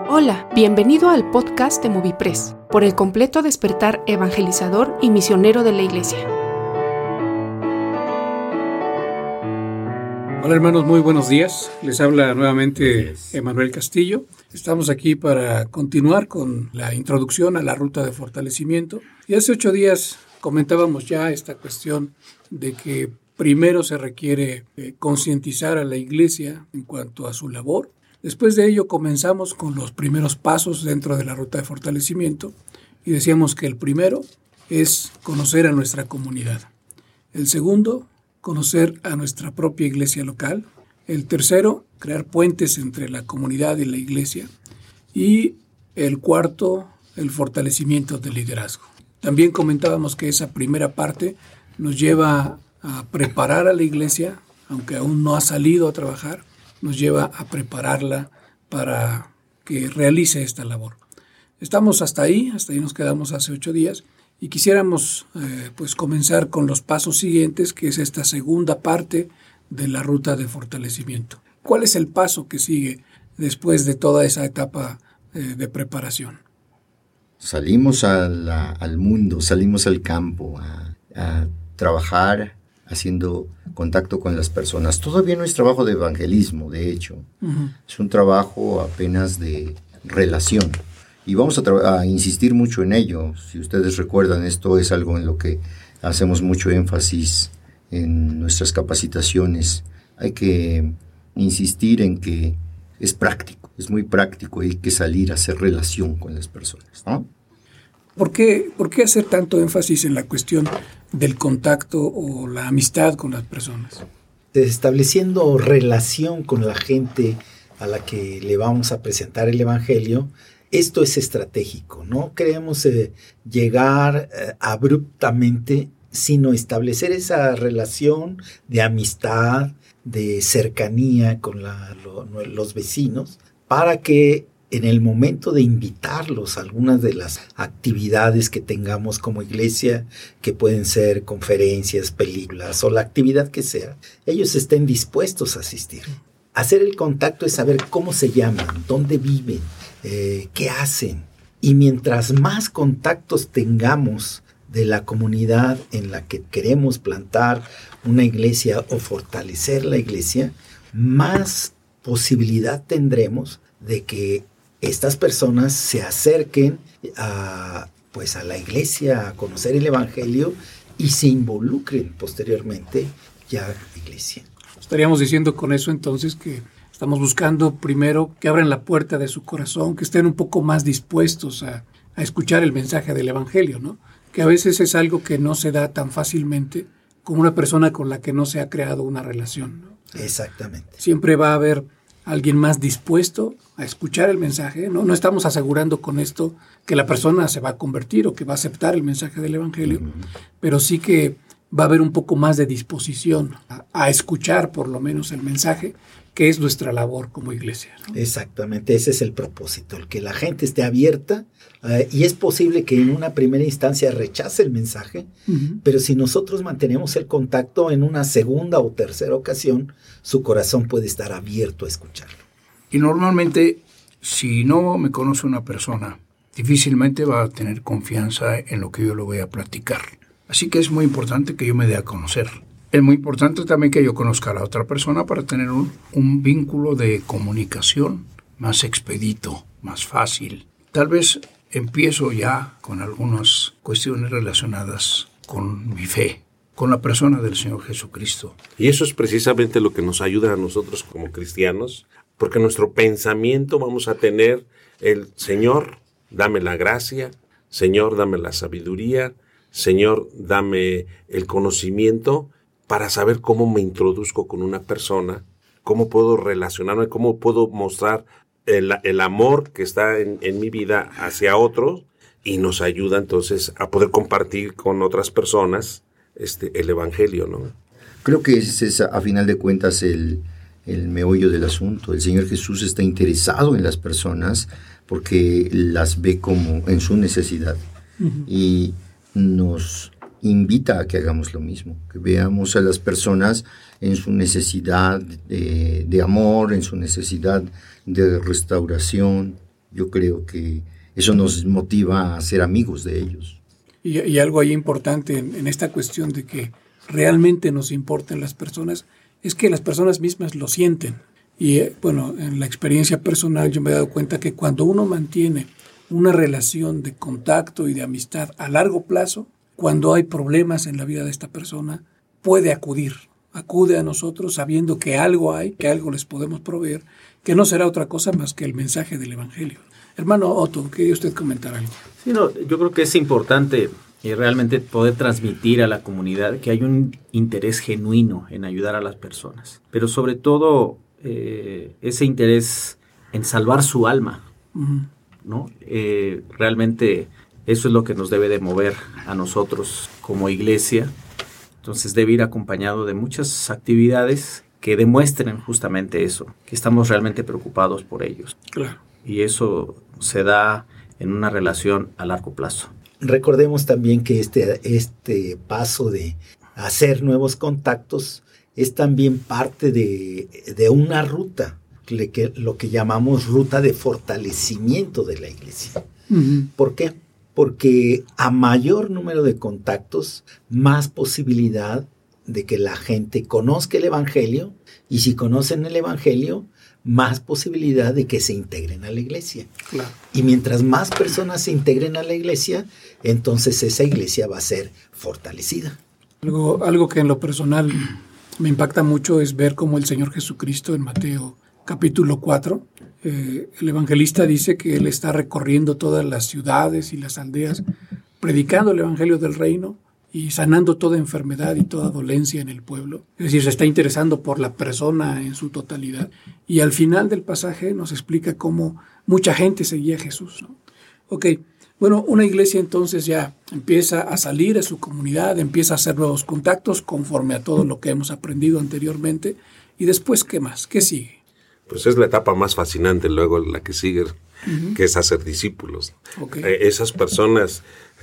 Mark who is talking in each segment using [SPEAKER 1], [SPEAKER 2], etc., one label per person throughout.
[SPEAKER 1] Hola, bienvenido al podcast de Movipress, por el completo despertar evangelizador y misionero de la Iglesia.
[SPEAKER 2] Hola hermanos, muy buenos días. Les habla nuevamente Emanuel Castillo. Estamos aquí para continuar con la introducción a la ruta de fortalecimiento. Y hace 8 días comentábamos ya esta cuestión de que primero se requiere concientizar a la Iglesia en cuanto a su labor. Después de ello comenzamos con los primeros pasos dentro de la ruta de fortalecimiento y decíamos que el primero es conocer a nuestra comunidad. El segundo, conocer a nuestra propia iglesia local. El tercero, crear puentes entre la comunidad y la iglesia. Y el cuarto, el fortalecimiento del liderazgo. También comentábamos que esa primera parte nos lleva a preparar a la iglesia, aunque aún no ha salido a trabajar, nos lleva a prepararla para que realice esta labor. Estamos hasta ahí nos quedamos hace 8 días y quisiéramos comenzar con los pasos siguientes, que es esta segunda parte de la ruta de fortalecimiento. ¿Cuál es el paso que sigue después de toda esa etapa de preparación?
[SPEAKER 3] Salimos al mundo, salimos al campo a trabajar, haciendo contacto con las personas. Todavía no es trabajo de evangelismo, de hecho. Uh-huh. Es un trabajo apenas de relación. Y vamos a insistir mucho en ello. Si ustedes recuerdan, esto es algo en lo que hacemos mucho énfasis en nuestras capacitaciones. Hay que insistir en que es práctico, es muy práctico. Hay que salir a hacer relación con las personas, ¿no?
[SPEAKER 2] ¿Por qué hacer tanto énfasis en la cuestión del contacto o la amistad con las personas?
[SPEAKER 4] Estableciendo relación con la gente a la que le vamos a presentar el Evangelio, esto es estratégico. No queremos llegar abruptamente, sino establecer esa relación de amistad, de cercanía con los vecinos, para que en el momento de invitarlos a algunas de las actividades que tengamos como iglesia, que pueden ser conferencias, películas o la actividad que sea, ellos estén dispuestos a asistir. Hacer el contacto es saber cómo se llaman, dónde viven, qué hacen. Y mientras más contactos tengamos de la comunidad en la que queremos plantar una iglesia o fortalecer la iglesia, más posibilidad tendremos de que estas personas se acerquen a la iglesia, a conocer el Evangelio y se involucren posteriormente ya en la iglesia.
[SPEAKER 2] Estaríamos diciendo con eso entonces que estamos buscando primero que abran la puerta de su corazón, que estén un poco más dispuestos a escuchar el mensaje del Evangelio, ¿no? Que a veces es algo que no se da tan fácilmente como una persona con la que no se ha creado una relación, ¿no?
[SPEAKER 4] Exactamente.
[SPEAKER 2] Siempre va a haber alguien más dispuesto a escuchar el mensaje, ¿no? No estamos asegurando con esto que la persona se va a convertir o que va a aceptar el mensaje del Evangelio, pero sí que va a haber un poco más de disposición a escuchar por lo menos el mensaje, que es nuestra labor como iglesia, ¿no?
[SPEAKER 4] Exactamente, ese es el propósito, el que la gente esté abierta, y es posible que en una primera instancia rechace el mensaje, pero si nosotros mantenemos el contacto en una segunda o tercera ocasión, su corazón puede estar abierto a escucharlo.
[SPEAKER 5] Y normalmente, si no me conoce una persona, difícilmente va a tener confianza en lo que yo le voy a platicar. Así que es muy importante que yo me dé a conocer. Es muy importante también que yo conozca a la otra persona para tener un vínculo de comunicación más expedito, más fácil. Tal vez empiezo ya con algunas cuestiones relacionadas con mi fe, con la persona del Señor Jesucristo.
[SPEAKER 6] Y eso es precisamente lo que nos ayuda a nosotros como cristianos, porque nuestro pensamiento vamos a tener el Señor, dame la gracia, Señor, dame la sabiduría, Señor, dame el conocimiento para saber cómo me introduzco con una persona, cómo puedo relacionarme, cómo puedo mostrar el amor que está en mi vida hacia otros, y nos ayuda entonces a poder compartir con otras personas el Evangelio, ¿no?
[SPEAKER 3] Creo que ese es, a final de cuentas, el meollo del asunto. El Señor Jesús está interesado en las personas porque las ve como en su necesidad. Y nos invita a que hagamos lo mismo, que veamos a las personas en su necesidad de amor, en su necesidad de restauración, yo creo que eso nos motiva a ser amigos de ellos.
[SPEAKER 2] Y algo ahí importante en esta cuestión de que realmente nos importen las personas, es que las personas mismas lo sienten. Y bueno, en la experiencia personal yo me he dado cuenta que cuando uno mantiene una relación de contacto y de amistad a largo plazo, cuando hay problemas en la vida de esta persona, acude a nosotros sabiendo que algo hay, que algo les podemos proveer, que no será otra cosa más que el mensaje del Evangelio. Hermano Otto, ¿quería usted comentar algo?
[SPEAKER 7] Sí, no, yo creo que es importante realmente poder transmitir a la comunidad que hay un interés genuino en ayudar a las personas, pero sobre todo ese interés en salvar su alma, ¿no? Realmente eso es lo que nos debe de mover a nosotros como iglesia. Entonces debe ir acompañado de muchas actividades que demuestren justamente eso, que estamos realmente preocupados por ellos.
[SPEAKER 2] Claro.
[SPEAKER 7] Y eso se da en una relación a largo plazo.
[SPEAKER 4] Recordemos también que este paso de hacer nuevos contactos es también parte de una ruta, lo que llamamos ruta de fortalecimiento de la iglesia. ¿Por qué? Porque a mayor número de contactos, más posibilidad de que la gente conozca el Evangelio, y si conocen el Evangelio, más posibilidad de que se integren a la iglesia.
[SPEAKER 2] Claro.
[SPEAKER 4] Y mientras más personas se integren a la iglesia, entonces esa iglesia va a ser fortalecida.
[SPEAKER 2] Algo que en lo personal me impacta mucho es ver cómo el Señor Jesucristo en Mateo capítulo 4, el evangelista dice que Él está recorriendo todas las ciudades y las aldeas, predicando el Evangelio del Reino y sanando toda enfermedad y toda dolencia en el pueblo. Es decir, se está interesando por la persona en su totalidad. Y al final del pasaje nos explica cómo mucha gente seguía a Jesús, ¿no? Ok, bueno, una iglesia entonces ya empieza a salir a su comunidad, empieza a hacer nuevos contactos conforme a todo lo que hemos aprendido anteriormente. ¿Y después qué más? ¿Qué sigue?
[SPEAKER 6] Pues es la etapa más fascinante luego la que sigue, que es hacer discípulos.
[SPEAKER 2] Okay.
[SPEAKER 6] Esas personas,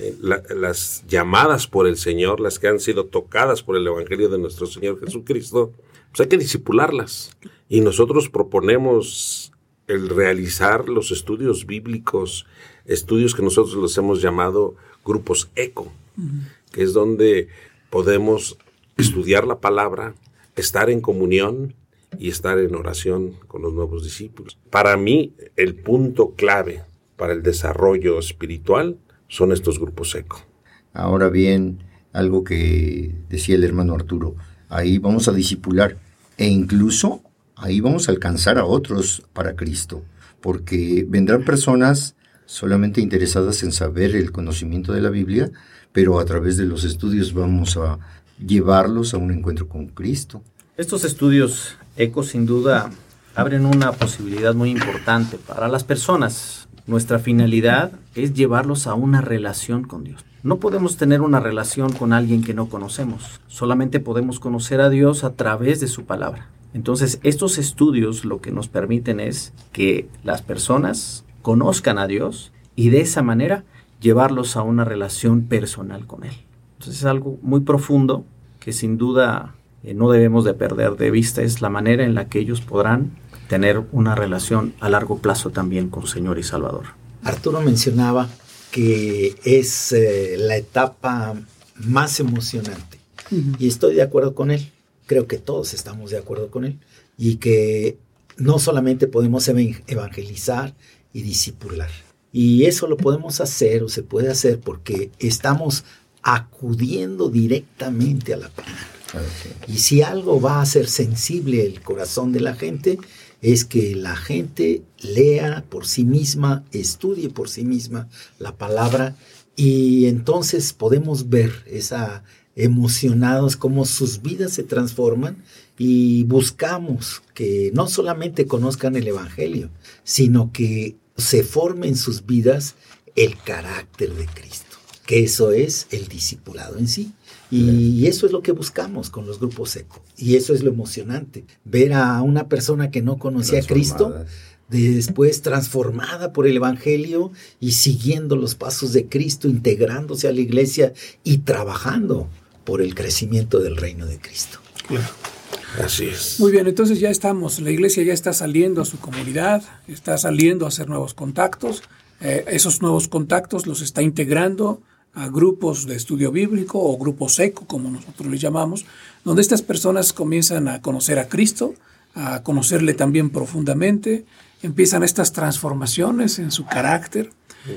[SPEAKER 6] las llamadas por el Señor, las que han sido tocadas por el Evangelio de nuestro Señor Jesucristo, pues hay que discipularlas. Y nosotros proponemos el realizar los estudios bíblicos, estudios que nosotros los hemos llamado grupos ECO, que es donde podemos estudiar la palabra, estar en comunión y estar en oración con los nuevos discípulos. Para mí, el punto clave para el desarrollo espiritual son estos grupos ECO.
[SPEAKER 3] Ahora bien, algo que decía el hermano Arturo, ahí vamos a discipular e incluso ahí vamos a alcanzar a otros para Cristo, porque vendrán personas solamente interesadas en saber el conocimiento de la Biblia, pero a través de los estudios vamos a llevarlos a un encuentro con Cristo.
[SPEAKER 7] Estos estudios ECO sin duda abren una posibilidad muy importante para las personas. Nuestra finalidad es llevarlos a una relación con Dios. No podemos tener una relación con alguien que no conocemos. Solamente podemos conocer a Dios a través de su palabra. Entonces, estos estudios lo que nos permiten es que las personas conozcan a Dios y de esa manera llevarlos a una relación personal con Él. Entonces, es algo muy profundo que sin duda no debemos de perder de vista. Es la manera en la que ellos podrán tener una relación a largo plazo también con Señor y Salvador.
[SPEAKER 4] Arturo mencionaba que es la etapa más emocionante. Y estoy de acuerdo con él. Creo que todos estamos de acuerdo con él. Y que no solamente podemos evangelizar y discipular. Y eso lo podemos hacer o se puede hacer porque estamos acudiendo directamente a la palabra. Y si algo va a hacer sensible el corazón de la gente, es que la gente lea por sí misma, estudie por sí misma la palabra, y entonces podemos ver emocionados cómo sus vidas se transforman, y buscamos que no solamente conozcan el Evangelio, sino que se forme en sus vidas el carácter de Cristo, que eso es el discipulado en sí. Y eso es lo que buscamos con los grupos ECO. Y eso es lo emocionante. Ver a una persona que no conocía a Cristo, después transformada por el Evangelio y siguiendo los pasos de Cristo, integrándose a la iglesia y trabajando por el crecimiento del reino de Cristo.
[SPEAKER 2] Claro.
[SPEAKER 6] Así es.
[SPEAKER 2] Muy bien, entonces ya estamos, la iglesia ya está saliendo a su comunidad, está saliendo a hacer nuevos contactos, esos nuevos contactos los está integrando a grupos de estudio bíblico o grupos ECO, como nosotros les llamamos, donde estas personas comienzan a conocer a Cristo, a conocerle también profundamente, empiezan estas transformaciones en su carácter.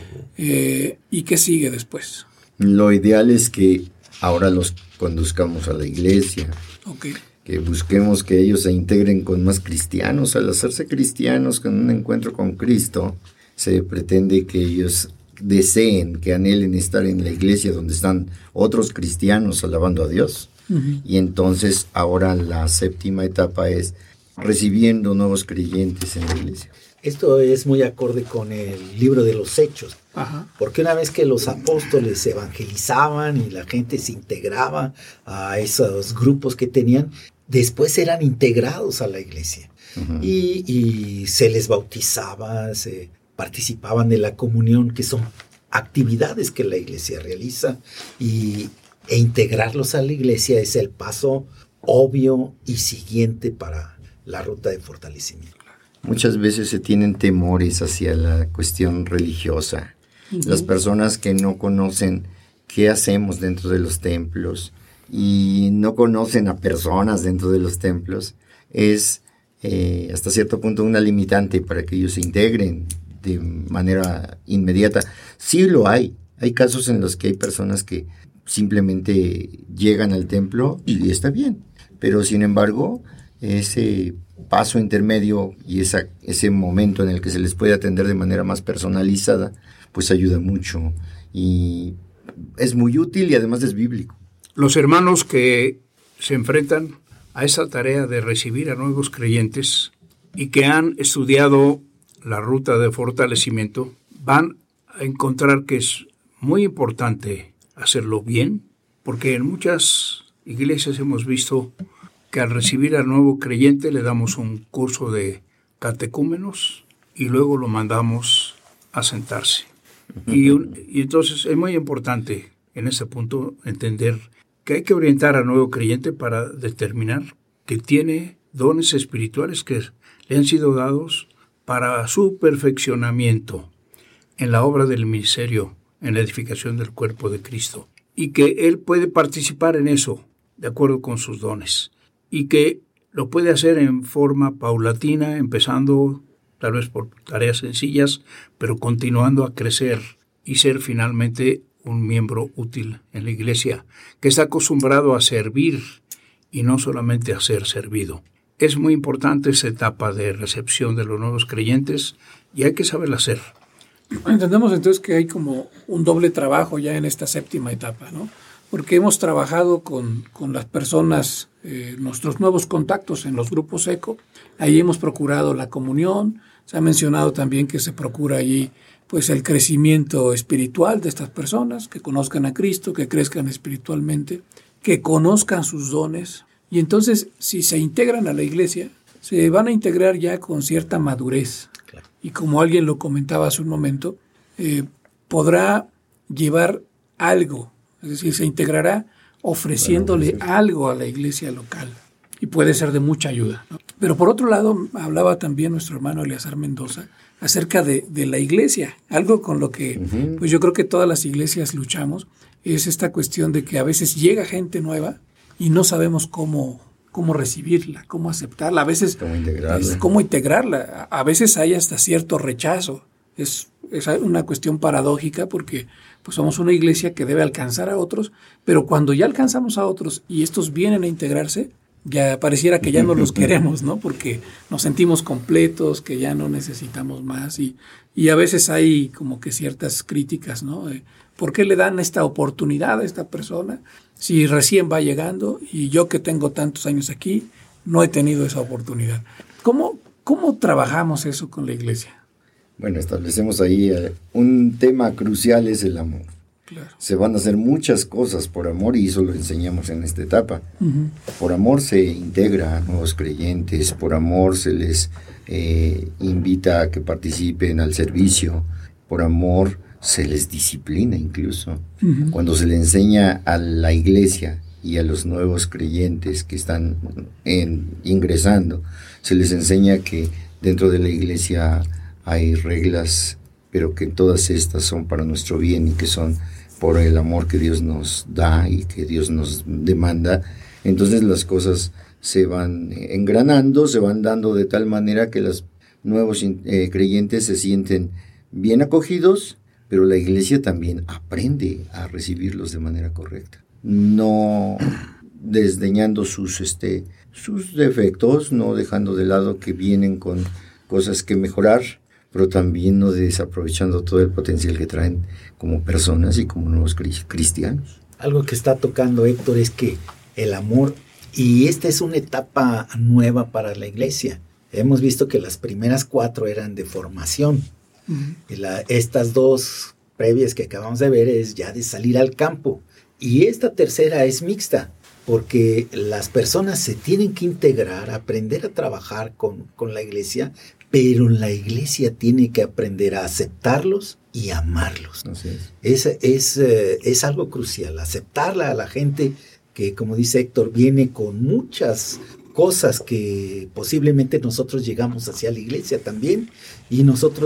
[SPEAKER 2] ¿Y qué sigue después?
[SPEAKER 3] Lo ideal es que ahora los conduzcamos a la iglesia,
[SPEAKER 2] Okay.
[SPEAKER 3] que busquemos que ellos se integren con más cristianos. Al hacerse cristianos con un encuentro con Cristo, se pretende que ellos deseen, que anhelen estar en la iglesia donde están otros cristianos alabando a Dios. Uh-huh. Y entonces ahora la séptima etapa es recibiendo nuevos creyentes en la iglesia.
[SPEAKER 4] Esto es muy acorde con el libro de los Hechos. Ajá. Porque una vez que los apóstoles evangelizaban y la gente se integraba a esos grupos que tenían, después eran integrados a la iglesia. Uh-huh. Y se les bautizaba, se participaban de la comunión, que son actividades que la iglesia realiza, e integrarlos a la iglesia es el paso obvio y siguiente para la ruta de fortalecimiento.
[SPEAKER 3] Muchas veces se tienen temores hacia la cuestión religiosa. Uh-huh. Las personas que no conocen qué hacemos dentro de los templos y no conocen a personas dentro de los templos, es hasta cierto punto una limitante para que ellos se integren de manera inmediata. Sí lo hay. Hay casos en los que hay personas que simplemente llegan al templo y está bien. Pero sin embargo, ese paso intermedio y ese momento en el que se les puede atender de manera más personalizada, pues ayuda mucho y es muy útil y además es bíblico.
[SPEAKER 5] Los hermanos que se enfrentan a esa tarea de recibir a nuevos creyentes y que han estudiado la ruta de fortalecimiento, van a encontrar que es muy importante hacerlo bien, porque en muchas iglesias hemos visto que al recibir al nuevo creyente le damos un curso de catecúmenos y luego lo mandamos a sentarse. Y entonces es muy importante en ese punto entender que hay que orientar al nuevo creyente para determinar que tiene dones espirituales que le han sido dados para su perfeccionamiento en la obra del ministerio, en la edificación del cuerpo de Cristo, y que él puede participar en eso de acuerdo con sus dones, y que lo puede hacer en forma paulatina, empezando tal vez por tareas sencillas, pero continuando a crecer y ser finalmente un miembro útil en la iglesia, que está acostumbrado a servir y no solamente a ser servido. Es muy importante esa etapa de recepción de los nuevos creyentes y hay que saberla hacer.
[SPEAKER 2] Entendemos entonces que hay como un doble trabajo ya en esta séptima etapa, ¿no? Porque hemos trabajado con las personas, nuestros nuevos contactos en los grupos ECO. Ahí hemos procurado la comunión. Se ha mencionado también que se procura allí pues el crecimiento espiritual de estas personas, que conozcan a Cristo, que crezcan espiritualmente, que conozcan sus dones. Y entonces, si se integran a la iglesia, se van a integrar ya con cierta madurez. Claro. Y como alguien lo comentaba hace un momento, podrá llevar algo. Es decir, se integrará ofreciéndole algo a la iglesia local y puede ser de mucha ayuda, ¿no? Pero por otro lado, hablaba también nuestro hermano Eleazar Mendoza acerca de la iglesia. Algo con lo que pues yo creo que todas las iglesias luchamos es esta cuestión de que a veces llega gente nueva y no sabemos cómo recibirla, cómo aceptarla, a veces cómo integrarla. A veces hay hasta cierto rechazo. Es una cuestión paradójica porque pues somos una iglesia que debe alcanzar a otros, pero cuando ya alcanzamos a otros y estos vienen a integrarse, ya pareciera que ya no los queremos, ¿no? Porque nos sentimos completos, que ya no necesitamos más y a veces hay como que ciertas críticas, ¿no? ¿Por qué le dan esta oportunidad a esta persona si recién va llegando y yo que tengo tantos años aquí no he tenido esa oportunidad? ¿Cómo trabajamos eso con la iglesia?
[SPEAKER 3] Bueno, establecemos ahí un tema crucial es el amor. Claro. Se van a hacer muchas cosas por amor y eso lo enseñamos en esta etapa. Uh-huh. Por amor se integra a nuevos creyentes, por amor se les invita a que participen al servicio, por amor se les disciplina incluso. Uh-huh. Cuando se le enseña a la iglesia y a los nuevos creyentes que están ingresando, se les enseña que dentro de la iglesia hay reglas, pero que todas estas son para nuestro bien y que son por el amor que Dios nos da y que Dios nos demanda. Entonces las cosas se van engranando, se van dando de tal manera que los nuevos creyentes se sienten bien acogidos, pero la iglesia también aprende a recibirlos de manera correcta, no desdeñando sus defectos, no dejando de lado que vienen con cosas que mejorar, pero también no desaprovechando todo el potencial que traen como personas y como nuevos cristianos.
[SPEAKER 4] Algo que está tocando Héctor es que el amor, y esta es una etapa nueva para la iglesia. Hemos visto que las primeras 4 eran de formación. Y estas 2 previas que acabamos de ver es ya de salir al campo. Y esta tercera es mixta, porque las personas se tienen que integrar, aprender a trabajar con la iglesia, pero la iglesia tiene que aprender a aceptarlos y amarlos.
[SPEAKER 3] Así es.
[SPEAKER 4] Es algo crucial, aceptarla a la gente que, como dice Héctor, viene con muchas cosas que posiblemente nosotros llegamos hacia la iglesia también, y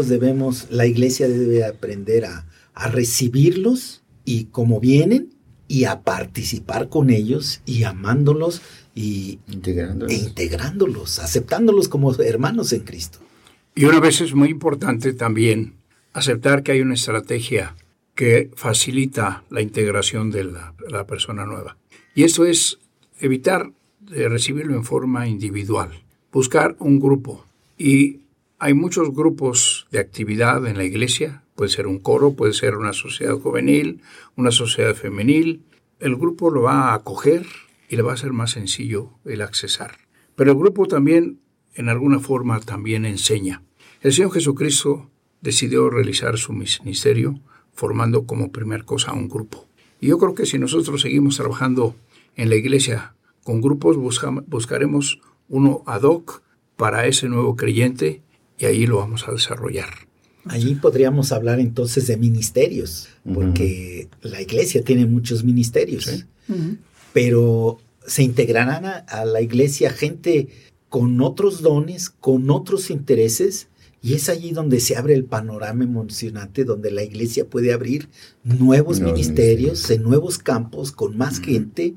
[SPEAKER 4] la iglesia debe aprender a recibirlos y como vienen, y a participar con ellos y amándolos e integrándolos, aceptándolos como hermanos en Cristo.
[SPEAKER 5] Y una vez es muy importante también aceptar que hay una estrategia que facilita la integración de la persona nueva. Y eso es evitar recibirlo en forma individual, buscar un grupo. Y hay muchos grupos de actividad en la iglesia, puede ser un coro, puede ser una sociedad juvenil, una sociedad femenil. El grupo lo va a acoger y le va a ser más sencillo el accesar. Pero el grupo también, en alguna forma, también enseña. El Señor Jesucristo decidió realizar su ministerio formando como primer cosa un grupo. Y yo creo que si nosotros seguimos trabajando en la iglesia con grupos, buscaremos uno ad hoc para ese nuevo creyente y ahí lo vamos a desarrollar.
[SPEAKER 4] Allí podríamos hablar entonces de ministerios, porque la iglesia tiene muchos ministerios,
[SPEAKER 5] ¿sí?
[SPEAKER 4] Pero se integrarán a la iglesia gente con otros dones, con otros intereses, y es allí donde se abre el panorama emocionante, donde la iglesia puede abrir nuevos ministerios en nuevos campos, con más gente,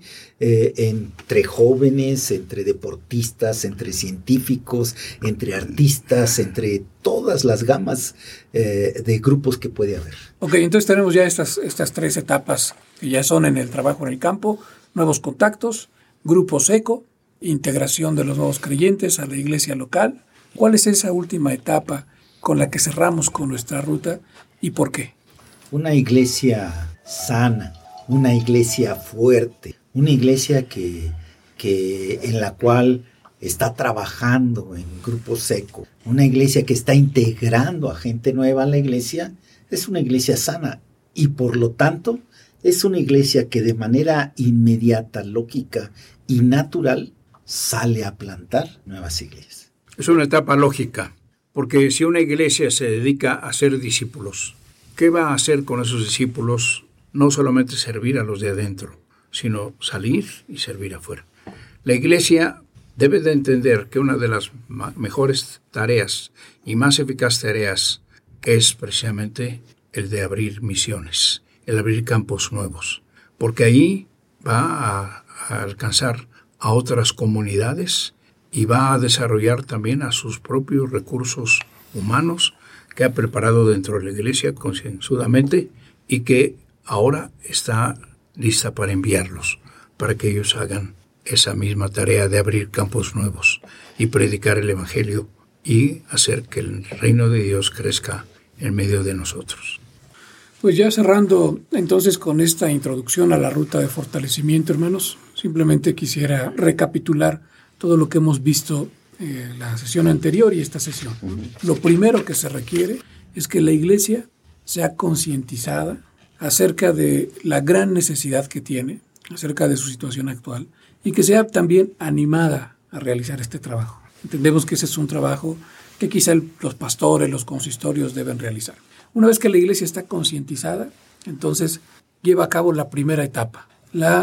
[SPEAKER 4] entre jóvenes, entre deportistas, entre científicos, entre artistas, entre todas las gamas de grupos que puede haber.
[SPEAKER 2] Ok, entonces tenemos ya estas 3 etapas que ya son en el trabajo en el campo: nuevos contactos, grupo seco, integración de los nuevos creyentes a la iglesia local. ¿Cuál es esa última etapa con la que cerramos con nuestra ruta y por qué?
[SPEAKER 4] Una iglesia sana, una iglesia fuerte, una iglesia que en la cual está trabajando en grupo seco, una iglesia que está integrando a gente nueva a la iglesia, es una iglesia sana y por lo tanto es una iglesia que de manera inmediata, lógica y natural sale a plantar nuevas iglesias.
[SPEAKER 5] Es una etapa lógica, porque si una iglesia se dedica a hacer discípulos, ¿qué va a hacer con esos discípulos? No solamente servir a los de adentro, sino salir y servir afuera. La iglesia debe de entender que una de las mejores tareas y más eficaces tareas es precisamente el de abrir misiones, el abrir campos nuevos, porque ahí va a alcanzar a otras comunidades y va a desarrollar también a sus propios recursos humanos que ha preparado dentro de la iglesia concienzudamente y que ahora está lista para enviarlos, para que ellos hagan esa misma tarea de abrir campos nuevos y predicar el evangelio y hacer que el reino de Dios crezca en medio de nosotros.
[SPEAKER 2] Pues ya cerrando entonces con esta introducción a la ruta de fortalecimiento, hermanos, simplemente quisiera recapitular todo lo que hemos visto la sesión anterior y esta sesión. Lo primero que se requiere es que la iglesia sea concientizada acerca de la gran necesidad que tiene, acerca de su situación actual, y que sea también animada a realizar este trabajo. Entendemos que ese es un trabajo que quizá los pastores, los consistorios deben realizar. Una vez que la iglesia está concientizada, entonces lleva a cabo la primera etapa, la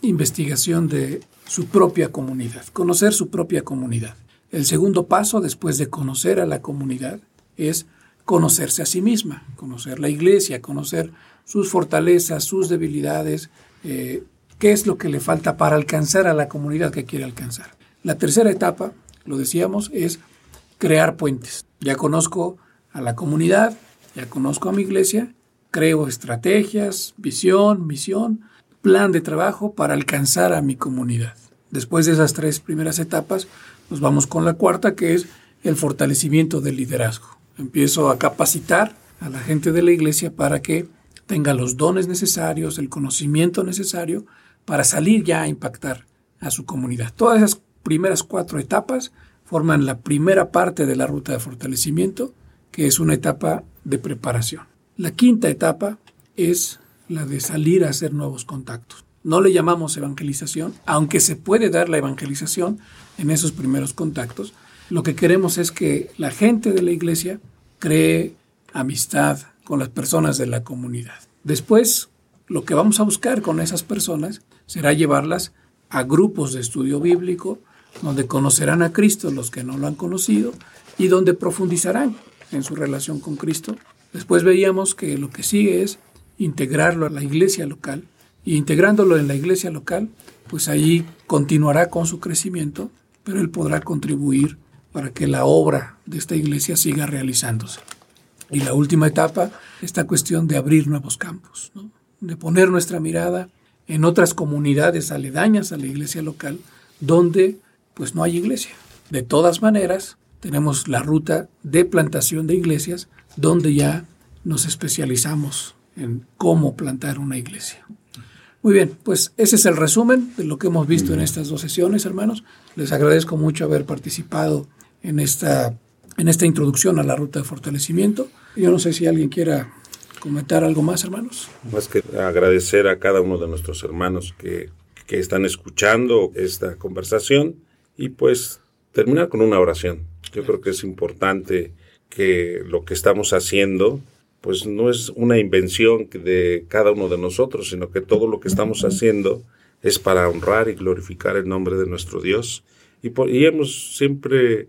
[SPEAKER 2] investigación de su propia comunidad, conocer su propia comunidad. El segundo paso, después de conocer a la comunidad, es conocerse a sí misma, conocer la iglesia, conocer sus fortalezas, sus debilidades, qué es lo que le falta para alcanzar a la comunidad que quiere alcanzar. La tercera etapa, lo decíamos, es crear puentes. Ya conozco a la comunidad, ya conozco a mi iglesia, creo estrategias, visión, misión, plan de trabajo para alcanzar a mi comunidad. Después de esas 3 primeras etapas, nos vamos con la cuarta, que es el fortalecimiento del liderazgo. Empiezo a capacitar a la gente de la iglesia para que tenga los dones necesarios, el conocimiento necesario para salir ya a impactar a su comunidad. Todas esas primeras 4 etapas forman la primera parte de la ruta de fortalecimiento, que es una etapa de preparación. La quinta etapa es la de salir a hacer nuevos contactos. No le llamamos evangelización, aunque se puede dar la evangelización en esos primeros contactos. Lo que queremos es que la gente de la iglesia cree amistad con las personas de la comunidad. Después, lo que vamos a buscar con esas personas será llevarlas a grupos de estudio bíblico, donde conocerán a Cristo los que no lo han conocido y donde profundizarán en su relación con Cristo. Después veíamos que lo que sigue es integrarlo a la iglesia local, y integrándolo en la iglesia local, pues ahí continuará con su crecimiento, pero él podrá contribuir para que la obra de esta iglesia siga realizándose. Y la última etapa, esta cuestión de abrir nuevos campos, ¿no? De poner nuestra mirada en otras comunidades aledañas a la iglesia local, donde pues no hay iglesia. De todas maneras, tenemos la ruta de plantación de iglesias, donde ya nos especializamos en cómo plantar una iglesia. Muy bien, pues ese es el resumen de lo que hemos visto en estas 2 sesiones, hermanos. Les agradezco mucho haber participado en esta introducción a la ruta de fortalecimiento. Yo no sé si alguien quiera comentar algo más, hermanos.
[SPEAKER 6] Más que agradecer a cada uno de nuestros hermanos que están escuchando esta conversación y pues terminar con una oración. Yo creo que es importante que lo que estamos haciendo pues no es una invención de cada uno de nosotros, sino que todo lo que estamos haciendo es para honrar y glorificar el nombre de nuestro Dios. Y hemos siempre,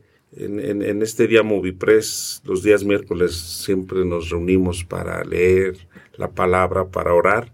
[SPEAKER 6] en este día Movipress, los días miércoles, siempre nos reunimos para leer la palabra, para orar.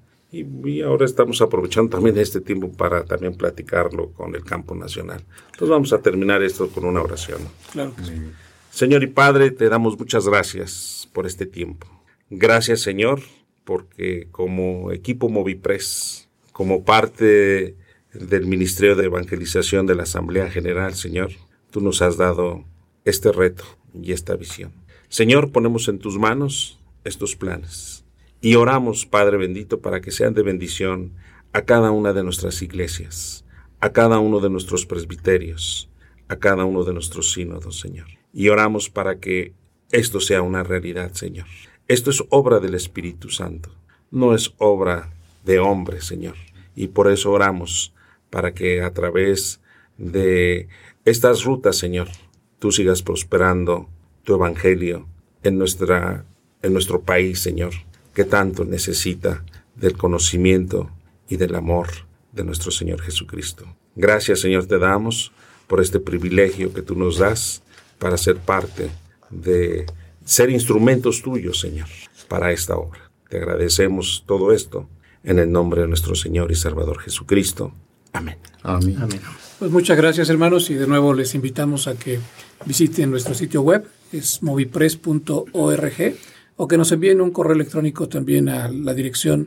[SPEAKER 6] Y ahora estamos aprovechando también este tiempo para también platicarlo con el campo nacional. Entonces vamos a terminar esto con una oración.
[SPEAKER 2] Claro que sí.
[SPEAKER 6] Señor y Padre, te damos muchas gracias por este tiempo. Gracias, Señor, porque como equipo Movipress, como parte del Ministerio de Evangelización de la Asamblea General, Señor, tú nos has dado este reto y esta visión. Señor, ponemos en tus manos estos planes y oramos, Padre bendito, para que sean de bendición a cada una de nuestras iglesias, a cada uno de nuestros presbiterios, a cada uno de nuestros sínodos, Señor. Y oramos para que esto sea una realidad, Señor. Esto es obra del Espíritu Santo, no es obra de hombre, Señor. Y por eso oramos para que a través de estas rutas, Señor, tú sigas prosperando tu evangelio en nuestro país, Señor, que tanto necesita del conocimiento y del amor de nuestro Señor Jesucristo. Gracias, Señor, te damos por este privilegio que tú nos das para ser parte de ser instrumentos tuyos, Señor, para esta obra. Te agradecemos todo esto en el nombre de nuestro Señor y Salvador Jesucristo. Amén.
[SPEAKER 3] Amén.
[SPEAKER 7] Amén.
[SPEAKER 2] Pues muchas gracias, hermanos, y de nuevo les invitamos a que visiten nuestro sitio web, es movipress.org, o que nos envíen un correo electrónico también a la dirección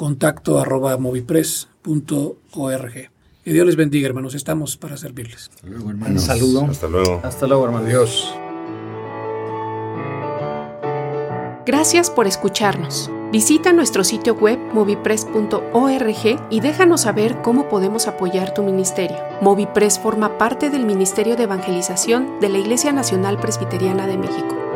[SPEAKER 2] contacto@movipress.org. Que Dios les bendiga, hermanos, estamos para servirles.
[SPEAKER 3] Hasta luego, hermanos.
[SPEAKER 4] Un saludo.
[SPEAKER 6] Hasta luego.
[SPEAKER 7] Hasta luego, hermano.
[SPEAKER 5] Adiós.
[SPEAKER 1] Gracias por escucharnos. Visita nuestro sitio web movipress.org y déjanos saber cómo podemos apoyar tu ministerio. Movipress forma parte del Ministerio de Evangelización de la Iglesia Nacional Presbiteriana de México.